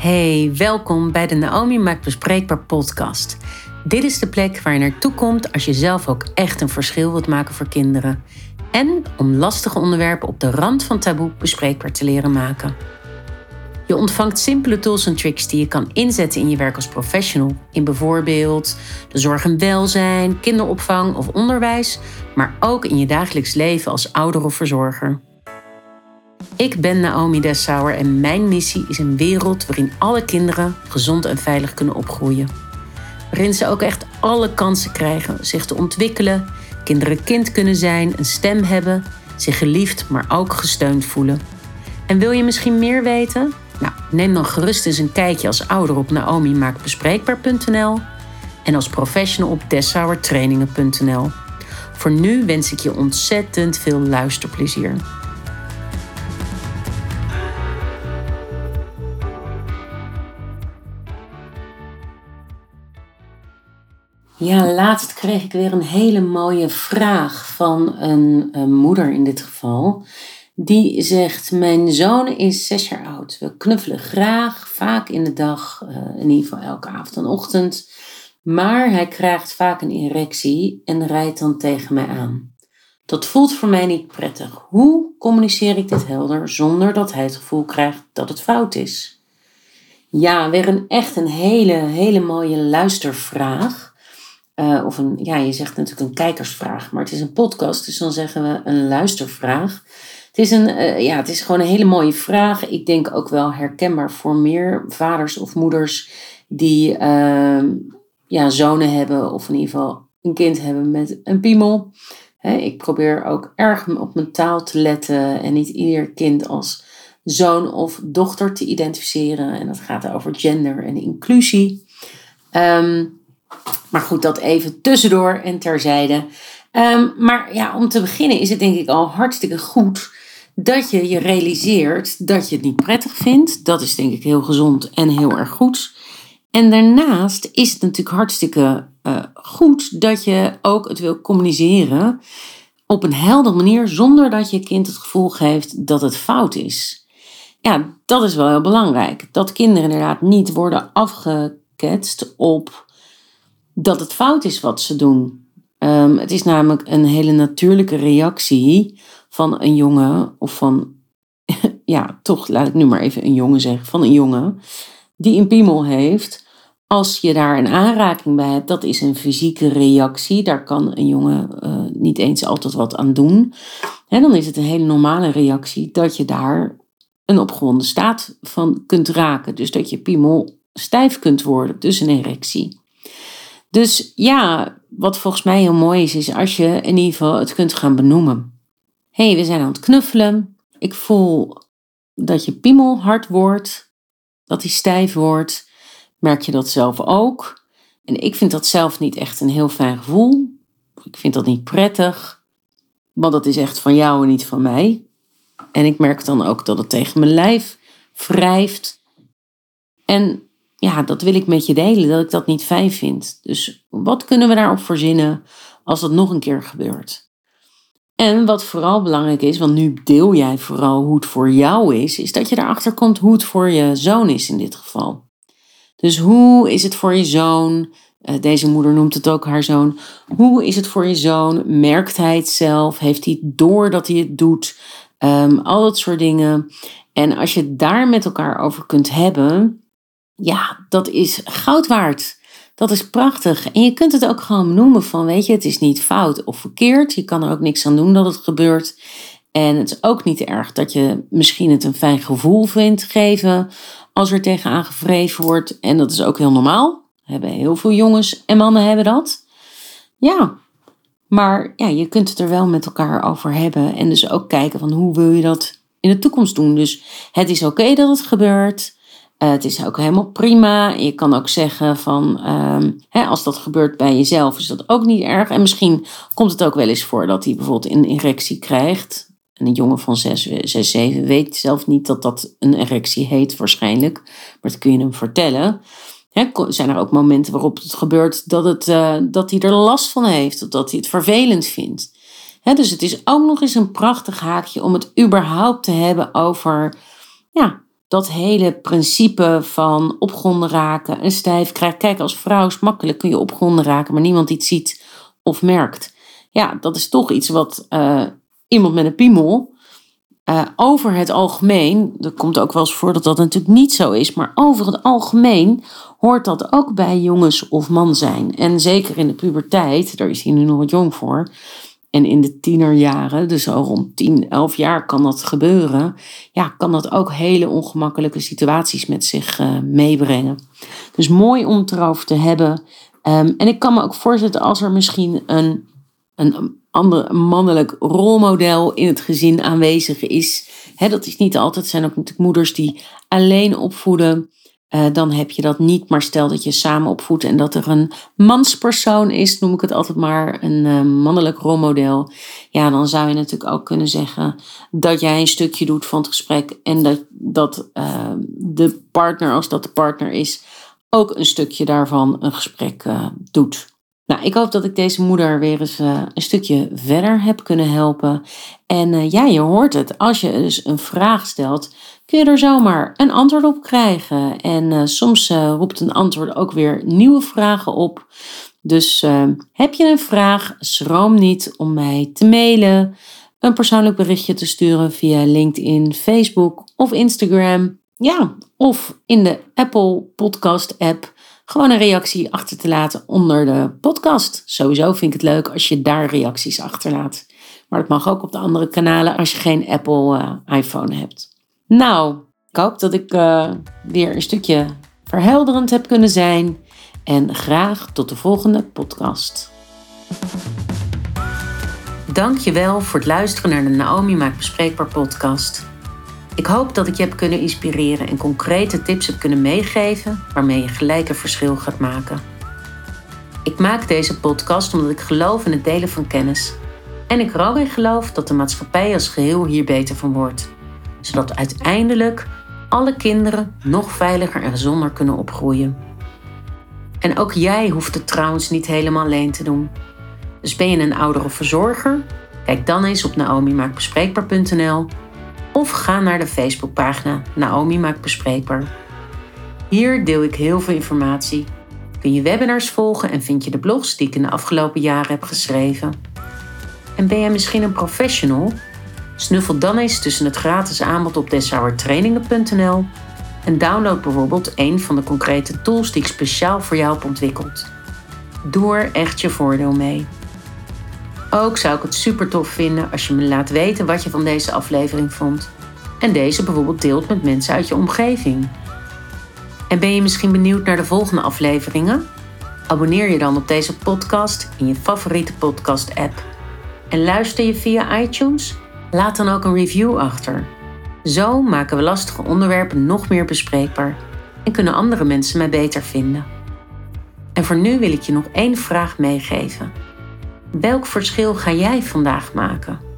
Hey, welkom bij de Naomi Maakt Bespreekbaar podcast. Dit is de plek waar je naartoe komt als je zelf ook echt een verschil wilt maken voor kinderen. En om lastige onderwerpen op de rand van taboe bespreekbaar te leren maken. Je ontvangt simpele tools en tricks die je kan inzetten in je werk als professional. In bijvoorbeeld de zorg en welzijn, kinderopvang of onderwijs. Maar ook in je dagelijks leven als ouder of verzorger. Ik ben Naomi Dessauer en mijn missie is een wereld waarin alle kinderen gezond en veilig kunnen opgroeien. Waarin ze ook echt alle kansen krijgen zich te ontwikkelen, kinderen kind kunnen zijn, een stem hebben, zich geliefd maar ook gesteund voelen. En wil je misschien meer weten? Nou, neem dan gerust eens een kijkje als ouder op naomimaakbespreekbaar.nl en als professional op dessauertrainingen.nl. Voor nu wens ik je ontzettend veel luisterplezier. Ja, laatst kreeg ik weer een hele mooie vraag van een moeder in dit geval. Die zegt, mijn zoon is 6 jaar oud. We knuffelen graag, vaak in de dag, in ieder geval elke avond en ochtend. Maar hij krijgt vaak een erectie en rijdt dan tegen mij aan. Dat voelt voor mij niet prettig. Hoe communiceer ik dit helder zonder dat hij het gevoel krijgt dat het fout is? Ja, weer echt een hele mooie luistervraag. Je zegt natuurlijk een kijkersvraag, maar het is een podcast, dus dan zeggen we een luistervraag. Het is gewoon een hele mooie vraag. Ik denk ook wel herkenbaar voor meer vaders of moeders die zonen hebben of in ieder geval een kind hebben met een piemel. Ik probeer ook erg op mijn taal te letten en niet ieder kind als zoon of dochter te identificeren. En dat gaat over gender en inclusie. Maar goed, dat even tussendoor en terzijde. Om te beginnen is het denk ik al hartstikke goed dat je je realiseert dat je het niet prettig vindt. Dat is denk ik heel gezond en heel erg goed. En daarnaast is het natuurlijk hartstikke goed dat je ook het wil communiceren op een heldere manier zonder dat je kind het gevoel geeft dat het fout is. Ja, dat is wel heel belangrijk. Dat kinderen inderdaad niet worden afgeketst op dat het fout is wat ze doen. Het is namelijk een hele natuurlijke reactie van een jongen of van, laat ik nu maar even een jongen zeggen, van een jongen die een piemel heeft. Als je daar een aanraking bij hebt, dat is een fysieke reactie. Daar kan een jongen niet eens altijd wat aan doen. En dan is het een hele normale reactie dat je daar een opgewonden staat van kunt raken. Dus dat je piemel stijf kunt worden, dus een erectie. Dus ja, wat volgens mij heel mooi is als je in ieder geval het kunt gaan benoemen. Hé, we zijn aan het knuffelen. Ik voel dat je piemel hard wordt, dat die stijf wordt. Merk je dat zelf ook? En ik vind dat zelf niet echt een heel fijn gevoel. Ik vind dat niet prettig, want dat is echt van jou en niet van mij. En ik merk dan ook dat het tegen mijn lijf wrijft. En ja, dat wil ik met je delen, dat ik dat niet fijn vind. Dus wat kunnen we daarop verzinnen als dat nog een keer gebeurt? En wat vooral belangrijk is, want nu deel jij vooral hoe het voor jou is dat je erachter komt hoe het voor je zoon is in dit geval. Dus hoe is het voor je zoon? Deze moeder noemt het ook haar zoon. Hoe is het voor je zoon? Merkt hij het zelf? Heeft hij het door dat hij het doet? Al dat soort dingen. En als je het daar met elkaar over kunt hebben, ja, dat is goud waard. Dat is prachtig. En je kunt het ook gewoon noemen van, weet je, het is niet fout of verkeerd. Je kan er ook niks aan doen dat het gebeurt. En het is ook niet erg dat je misschien het een fijn gevoel vindt geven als er tegenaan gevreven wordt. En dat is ook heel normaal. Heel veel jongens en mannen hebben dat. Ja, maar ja, je kunt het er wel met elkaar over hebben. En dus ook kijken van hoe wil je dat in de toekomst doen. Dus het is oké dat het gebeurt. Het is ook helemaal prima. Je kan ook zeggen van, als dat gebeurt bij jezelf is dat ook niet erg. En misschien komt het ook wel eens voor dat hij bijvoorbeeld een erectie krijgt. En een jongen van 6, 7 weet zelf niet dat dat een erectie heet waarschijnlijk. Maar dat kun je hem vertellen. Zijn er ook momenten waarop het gebeurt dat hij er last van heeft. Of dat hij het vervelend vindt. Dus het is ook nog eens een prachtig haakje om het überhaupt te hebben over dat hele principe van opgewonden raken en stijf krijgen. Kijk, als vrouw is makkelijk, kun je opgewonden raken, maar niemand iets ziet of merkt. Ja, dat is toch iets wat iemand met een piemel over het algemeen, er komt ook wel eens voor dat dat natuurlijk niet zo is, maar over het algemeen hoort dat ook bij jongens of man zijn. En zeker in de puberteit, daar is hij nu nog wat jong voor, en in de tienerjaren, dus al rond 10, 11 jaar kan dat gebeuren, ja, kan dat ook hele ongemakkelijke situaties met zich meebrengen. Dus mooi om het erover te hebben. En ik kan me ook voorstellen als er misschien een ander mannelijk rolmodel in het gezin aanwezig is. Dat is niet altijd, zijn ook natuurlijk moeders die alleen opvoeden. Dan heb je dat niet, maar stel dat je samen opvoedt en dat er een manspersoon is, noem ik het altijd maar, een mannelijk rolmodel. Ja, dan zou je natuurlijk ook kunnen zeggen dat jij een stukje doet van het gesprek en dat de partner, als dat de partner is, ook een stukje daarvan een gesprek doet. Nou, ik hoop dat ik deze moeder weer eens een stukje verder heb kunnen helpen. En ja, je hoort het. Als je dus een vraag stelt, kun je er zomaar een antwoord op krijgen. En soms roept een antwoord ook weer nieuwe vragen op. Dus heb je een vraag, schroom niet om mij te mailen, een persoonlijk berichtje te sturen via LinkedIn, Facebook of Instagram. Ja, of in de Apple Podcast app gewoon een reactie achter te laten onder de podcast. Sowieso vind ik het leuk als je daar reacties achterlaat. Maar dat mag ook op de andere kanalen als je geen Apple iPhone hebt. Nou, ik hoop dat ik weer een stukje verhelderend heb kunnen zijn. En graag tot de volgende podcast. Dank je wel voor het luisteren naar de Naomi Maakt Bespreekbaar podcast. Ik hoop dat ik je heb kunnen inspireren en concrete tips heb kunnen meegeven waarmee je gelijk een verschil gaat maken. Ik maak deze podcast omdat ik geloof in het delen van kennis. En ik er ook in geloof dat de maatschappij als geheel hier beter van wordt. Zodat uiteindelijk alle kinderen nog veiliger en gezonder kunnen opgroeien. En ook jij hoeft het trouwens niet helemaal alleen te doen. Dus ben je een ouder of verzorger? Kijk dan eens op naomimaakbespreekbaar.nl of ga naar de Facebookpagina Naomi Maakt Bespreekbaar. Hier deel ik heel veel informatie. Kun je webinars volgen en vind je de blogs die ik in de afgelopen jaren heb geschreven. En ben jij misschien een professional? Snuffel dan eens tussen het gratis aanbod op deshouwertrainingen.nl en download bijvoorbeeld een van de concrete tools die ik speciaal voor jou heb ontwikkeld. Doe er echt je voordeel mee. Ook zou ik het super tof vinden als je me laat weten wat je van deze aflevering vond. En deze bijvoorbeeld deelt met mensen uit je omgeving. En ben je misschien benieuwd naar de volgende afleveringen? Abonneer je dan op deze podcast in je favoriete podcast app. En luister je via iTunes? Laat dan ook een review achter. Zo maken we lastige onderwerpen nog meer bespreekbaar. En kunnen andere mensen mij beter vinden. En voor nu wil ik je nog één vraag meegeven. Welk verschil ga jij vandaag maken?